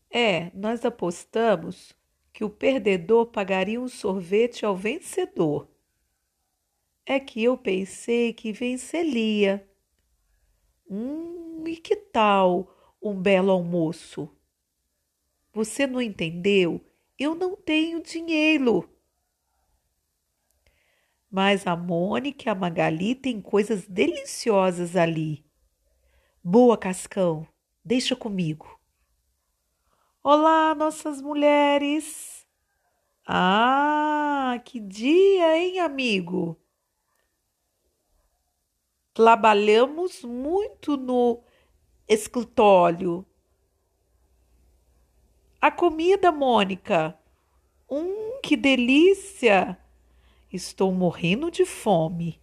Nós apostamos que o perdedor pagaria um sorvete ao vencedor. É que eu pensei que venceria. E que tal um belo almoço? Você não entendeu? Eu não tenho dinheiro. Mas a Mônica e a Magali têm coisas deliciosas ali. Boa, Cascão, deixa comigo. Olá, nossas mulheres. Ah, que dia, hein, amigo? Trabalhamos muito no escritório. A comida, Mônica. Que delícia! Estou morrendo de fome.